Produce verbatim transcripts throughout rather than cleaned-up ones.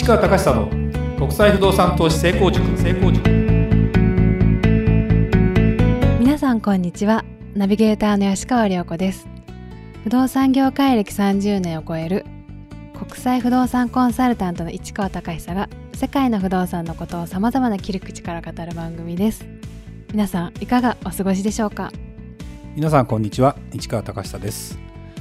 市川隆久の国際不動産投資成功塾。成功塾。 皆さんこんにちは。ナビゲーターの吉川良子です。不動産業界歴さんじゅうねんを超える国際不動産コンサルタントの市川隆久が世界の不動産のことをさまざまな切り口から語る番組です。皆さんいかがお過ごしでしょうか。 皆さんこんにちは。市川隆久です。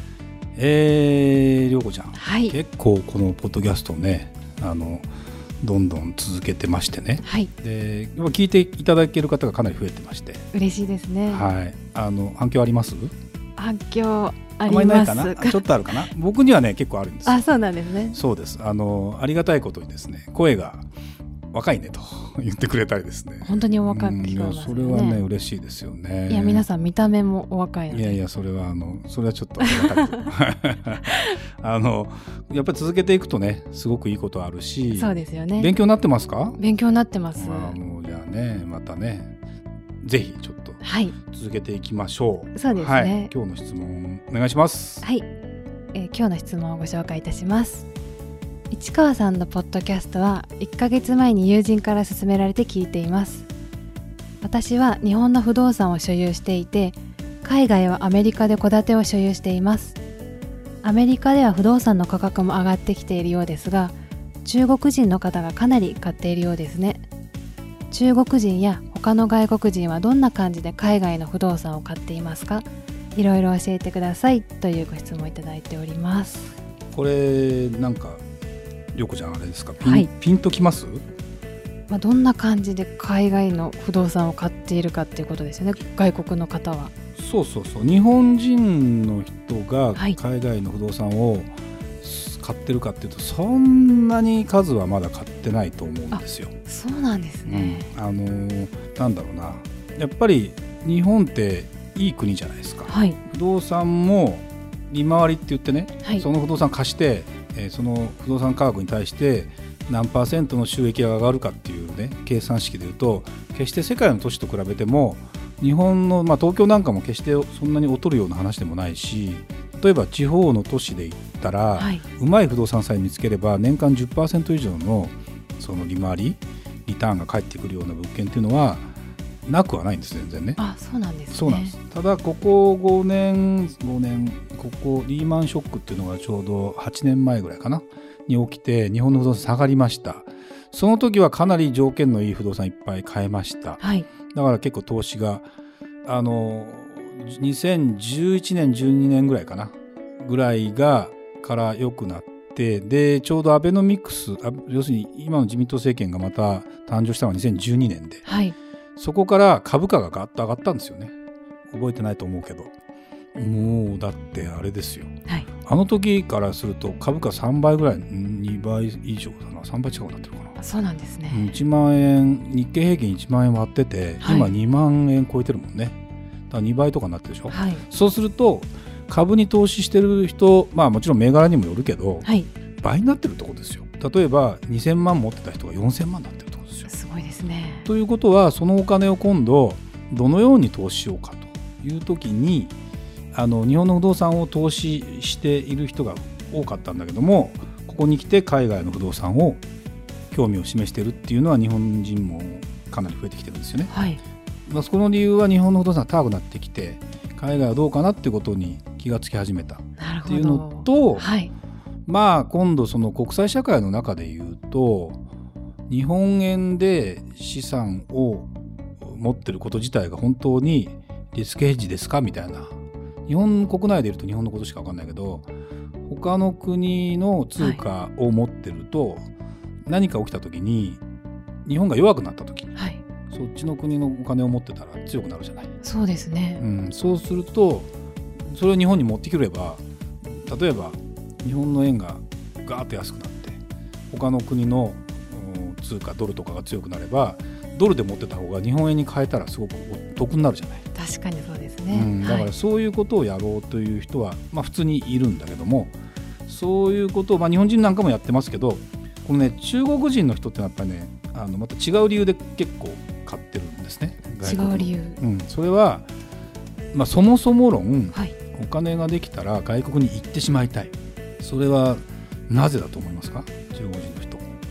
えー、良子ちゃん、 はい、 結構このポッドキャストね、あのどんどん続けてましてね、 はい、 で聞いていただける方がかなり増えてまして、 嬉しいですね。 はい、あの反響あります？ 反響あります。 あまりないかな。ちょっとあるかな。僕にはね結構あるんですよ。 あ、そうなんですね。 そうです。あのありがたいことにですね、声が若いねと言ってくれたりですね。 本当にお若く聞こえますよね。 それはね嬉しいですよね。 いや皆さん見た目もお若いので。 いやいやそれはあのそれはちょっとありがたいあのやっぱり続けていくとねすごくいいことあるし。そうですよね。勉強になってますか？ 勉強になってます。 あもうじゃあねまたねぜひちょっと続けていきましょう。 はい、そうですね、 はい、今日の質問お願いします。 はい、えー、今日の質問をご紹介いたします。市川さんのポッドキャストはいっかげつまえに友人から勧められて聞いています。私は日本の不動産を所有していて、海外はアメリカで戸建てを所有しています。アメリカでは不動産の価格も上がってきているようですが、中国人の方がかなり買っているようですね。中国人や他の外国人はどんな感じで海外の不動産を買っていますか？いろいろ教えてくださいというご質問をいただいております。 これなんか良子ちゃんあれですか、ピン、 はい、 ピンときます？ まあ、どんな感じで海外の不動産を買っているかっていうことですよね。外国の方は。 そうそうそう、日本人の人が海外の不動産を買ってるかっていうと、はい、そんなに数はまだ買ってないと思うんですよ。 そうなんですね、 うん、あのなんだろうな、やっぱり日本っていい国じゃないですか、はい、不動産も利回りって言ってね、はい、その不動産貸してえー、その不動産価格に対して何パーセントの収益が上がるかっていうね計算式でいうと、決して世界の都市と比べても日本の、まあ、東京なんかも決してそんなに劣るような話でもないし、例えば地方の都市で言ったら、はい、うまい不動産さえ見つければ年間 じゅっパーセント 以上のその利回りリターンが返ってくるような物件っていうのはなくはないんです全然ね。 あ、そうなんですね。 そうなんです。ただここごねんごねんここリーマンショックっていうのがちょうどはちねんまえぐらいかなに起きて日本の不動産下がりました。その時はかなり条件のいい不動産いっぱい買えました、はい、だから結構投資があのにせんじゅういちねんじゅうにねんぐらいかなぐらいがから良くなって、でちょうどアベノミクス、要するに今の自民党政権がまた誕生したのはにせんじゅうにねんで、はい、そこから株価がガッと上がったんですよね。覚えてないと思うけど、もうだってあれですよ、はい、あの時からすると株価さんばいぐらい、にばい以上だな、さんばい近くなってるかな。 そうなんですね。 いちまんえん、日経平均いちまんえん割ってて、はい、今にまんえん超えてるもんね。だからにばいとかになってるでしょ、はい、そうすると株に投資してる人、まあもちろん銘柄にもよるけど、はい、倍になってるってことですよ。例えばにせんまん持ってた人がよんせんまんになってるってことですよ。 すごいですね。 ということはそのお金を今度どのように投資しようかという時に、あの日本の不動産を投資している人が多かったんだけども、ここに来て海外の不動産を興味を示しているっていうのは日本人もかなり増えてきてるんですよね、はい、まあ、そこの理由は日本の不動産が高くなってきて海外はどうかなっていうことに気がつき始めたっていうのと、はい、まあ今度その国際社会の中でいうと日本円で資産を持ってること自体が本当にリスクヘッジですかみたいな、日本国内でいると日本のことしか分かんないけど他の国の通貨を持ってると、はい、何か起きた時に日本が弱くなった時に、はい、そっちの国のお金を持ってたら強くなるじゃない。 そうですね、 うん、そうするとそれを日本に持ってくれば、例えば日本の円がガーッと安くなって他の国の通貨ドルとかが強くなればドルで持ってた方が日本円に変えたらすごくお得になるじゃない。 確かにそうですね、 うん、だからそういうことをやろうという人は、まあ、普通にいるんだけども、そういうことを、まあ、日本人なんかもやってますけど、このね中国人の人ってやっぱりねあのまた違う理由で結構買ってるんですね。 違う理由、 うん、それは、まあ、そもそも論、はい、お金ができたら外国に行ってしまいたい。それはなぜだと思いますか？中国人の人。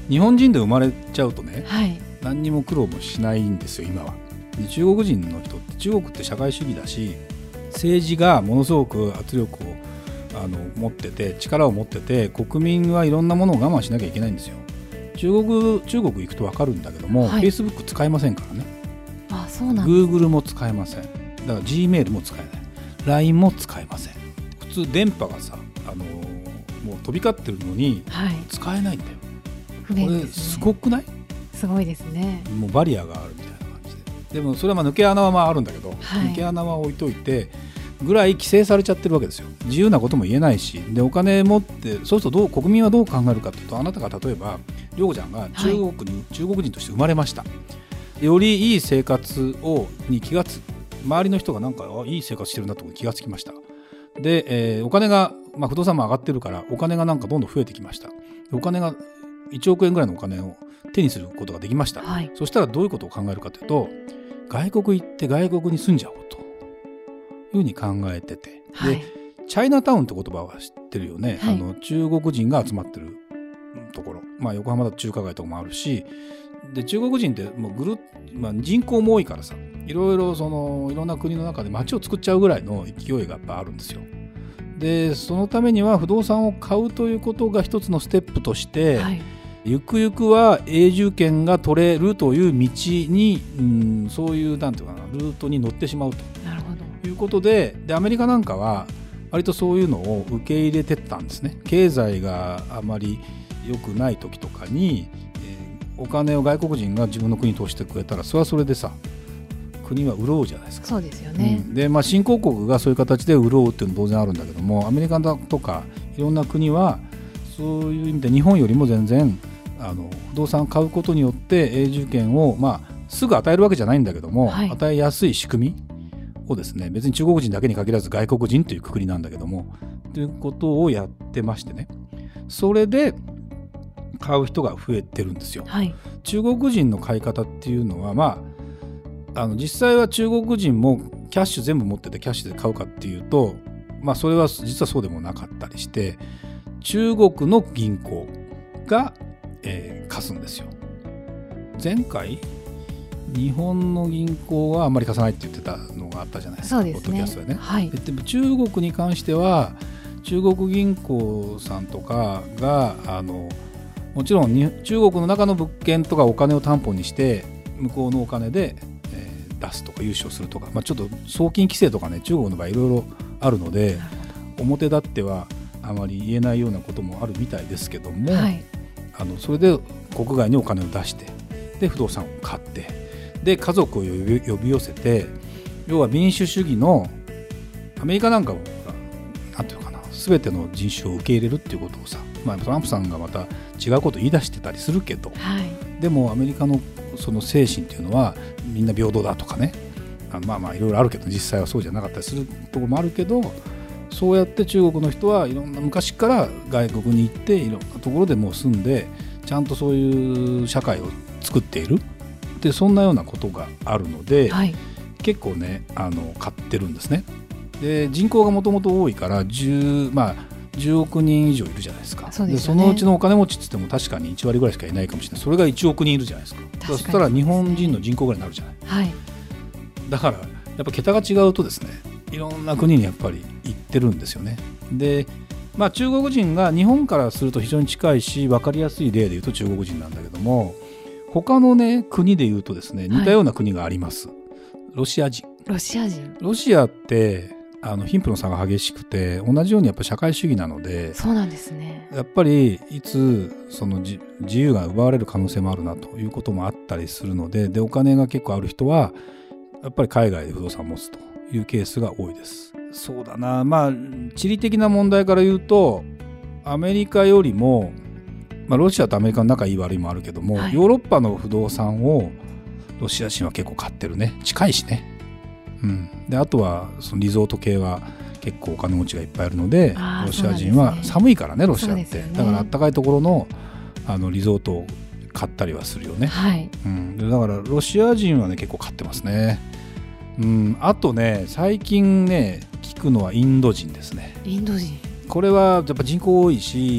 日本人で生まれちゃうとね、 はい、 何にも苦労もしないんですよ今は。で中国人の人って中国って社会主義だし、政治がものすごく圧力をあの持ってて力を持ってて、国民はいろんなものを我慢しなきゃいけないんですよ。中国中国行くと分かるんだけども、 はい、 Facebook 使えませんからね。 あ、そうなんですね。 Google も使えません。だから Gmail も使えない、 ライン も使えません。普通電波がさ、あのー、もう飛び交ってるのに使えないんだよ、 はい、 これすごくない？ すごいですね。 もうバリアがあるみたいな感じで。でもそれはまあ抜け穴はまああるんだけど、 はい、 抜け穴は置いといてぐらい規制されちゃってるわけですよ。自由なことも言えないし、でお金持って、そうするとどう国民はどう考えるかというと、あなたが例えばりょうちゃんが中国に、はい、中国人として生まれました。よりいい生活をに気がつ周りの人がなんかいい生活してるんだと気がつきました。で、えー、お金が、まあ、不動産も上がってるからお金がなんかどんどん増えてきました。お金がいちおくえんぐらいのお金を手にすることができました、はい、そしたらどういうことを考えるかというと、外国行って外国に住んじゃおうというふうに考えてて、はい、でチャイナタウンって言葉は知ってるよね、はい、あの中国人が集まってるところ、まあ、横浜だと中華街とかもあるし、で中国人ってもうぐるっ、まあ、人口も多いからさ、いろいろそのいろんな国の中で街を作っちゃうぐらいの勢いがやっぱあるんですよ。でそのためには不動産を買うということが一つのステップとして、はい、ゆくゆくは永住権が取れるという道に、うん、そういうなんていうかな、ルートに乗ってしまうということで、でアメリカなんかは割とそういうのを受け入れてったんですね。経済があまり良くない時とかに、えー、お金を外国人が自分の国に投資してくれたら、それはそれでさ、国は潤うじゃないですか。 そうですよね、 うん、で、まあ、新興国がそういう形で潤うっていうのも当然あるんだけども、アメリカとかいろんな国はそういう意味で日本よりも全然あの不動産を買うことによって永住権を、まあ、すぐ与えるわけじゃないんだけども、はい、与えやすい仕組みをですね、別に中国人だけに限らず外国人という括りなんだけどもということをやってましてね、それで買う人が増えてるんですよ、はい、中国人の買い方っていうのは、まあ、あの実際は中国人もキャッシュ全部持っててキャッシュで買うかっていうと、まあ、それは実はそうでもなかったりして、中国の銀行が、えー、貸すんですよ。前回日本の銀行はあんまり貸さないって言ってたのがあったじゃないですか。 そうですね、 ポッドキャストでね、はい、でも中国に関しては中国銀行さんとかがあのもちろんに中国の中の物件とかお金を担保にして向こうのお金で、えー、出すとか融資をするとか、まあ、ちょっと送金規制とかね、中国の場合いろいろあるので表立ってはあまり言えないようなこともあるみたいですけども、はい、あのそれで国外にお金を出してで不動産を買ってで家族を呼び、呼び寄せて、要は民主主義のアメリカなんかもなんていうかな、全ての人種を受け入れるっていうことをさ、まあ、トランプさんがまた違うことを言い出してたりするけど、はい、でもアメリカのその精神っていうのはみんな平等だとかね、あまあまあいろいろあるけど実際はそうじゃなかったりするところもあるけど、そうやって中国の人はいろんな昔から外国に行っていろんなところでもう住んでちゃんとそういう社会を作っているで、そんなようなことがあるので、はい、結構ねあの買ってるんですね。で人口がもともと多いから10、まあ、じゅうおくにん以上いるじゃないですか。 そうですよね。でそのうちのお金持ちって言っても確かにいちわりぐらいしかいないかもしれない。それがいちおくにんいるじゃないですか。そしたら日本人の人口ぐらいになるじゃない、はい、だからやっぱ桁が違うとですね、いろんな国にやっぱり行ってるんですよね。で、まあ、中国人が日本からすると非常に近いし分かりやすい例で言うと中国人なんだけども、他のね国で言うとですね、似たような国があります、はい、ロシア人。 ロシア人ロシアってあの貧富の差が激しくて同じようにやっぱ社会主義なので、 そうなんですね。 やっぱりいつその自由が奪われる可能性もあるなということもあったりするので、でお金が結構ある人はやっぱり海外で不動産を持つというケースが多いです。そうだな、まあ地理的な問題から言うとアメリカよりも、まあ、ロシアとアメリカの仲いい悪いもあるけども、はい、ヨーロッパの不動産をロシア人は結構買ってるね。近いしね、うん、であとはそのリゾート系は結構お金持ちがいっぱいいるので、ロシア人は寒いからね、ロシアって、ね、だからあったかいところ の, あのリゾートを買ったりはするよね、はいうん、でだからロシア人はね結構買ってますね、うん、あとね最近ね聞くのはインド人ですね。 インド人、 これはやっぱ人口多いし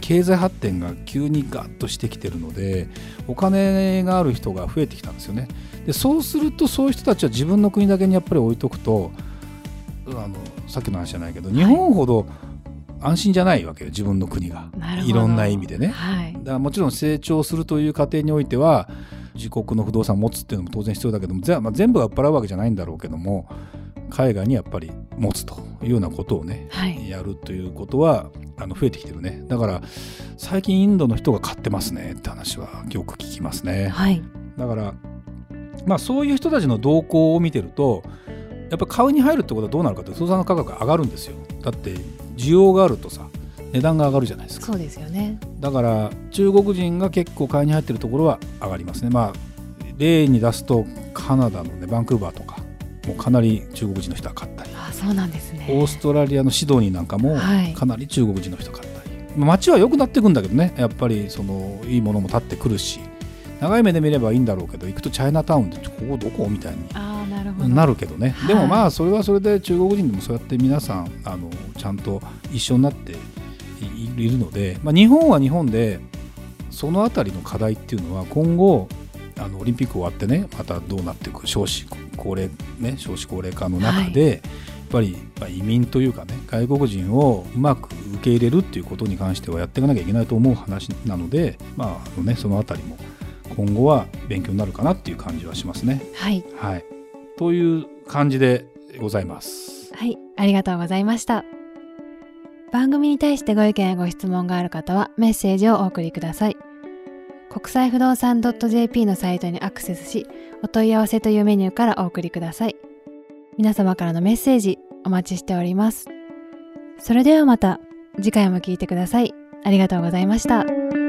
経済発展が急にガッとしてきてるので、お金がある人が増えてきたんですよね。でそうするとそういう人たちは自分の国だけにやっぱり置いとくと、あのさっきの話じゃないけど、日本ほど安心じゃないわけよ、自分の国が。いろんな意味でね、はい、だからもちろん成長するという過程においては自国の不動産を持つっていうのも当然必要だけども、ぜ、まあ、全部が売っ払うわけじゃないんだろうけども、海外にやっぱり持つというようなことをね、はい、やるということはあの増えてきてるね。だから最近インドの人が買ってますねって話はよく聞きますね、はい、だからまあそういう人たちの動向を見てると、やっぱ買うに入るってことはどうなるかというと、不動産の価格が上がるんですよ。だって需要があるとさ、値段が上がるじゃないですか。 そうですよね。 だから中国人が結構買いに入ってるところは上がりますね。まあ例に出すとカナダのねバンクーバーとかもうかなり中国人の人が買ったり、 ああそうなんですね。 オーストラリアのシドニーなんかもかなり中国人の人が買ったり、はい、街は良くなっていくんだけどね、やっぱりそのいいものも建ってくるし、長い目で見ればいいんだろうけど、行くとチャイナタウンでここどこみたいにあなるほどなるけどね、はい、でもまあそれはそれで中国人でもそうやって皆さんあのちゃんと一緒になっているので、まあ、日本は日本でそのあたりの課題っていうのは今後あのオリンピック終わってね、またどうなっていく少子高齢、ね、少子高齢化の中で、はい、やっぱり、まあ、移民というかね、外国人をうまく受け入れるっていうことに関してはやっていかなきゃいけないと思う話なので、まああのね、そのあたりも今後は勉強になるかなっていう感じはしますね。 はい、 はい、という感じでございます。 はい、ありがとうございました。番組に対してご意見やご質問がある方はメッセージをお送りください。国際不動産 .jp のサイトにアクセスし、お問い合わせというメニューからお送りください。皆様からのメッセージお待ちしております。それではまた次回も聞いてください。ありがとうございました。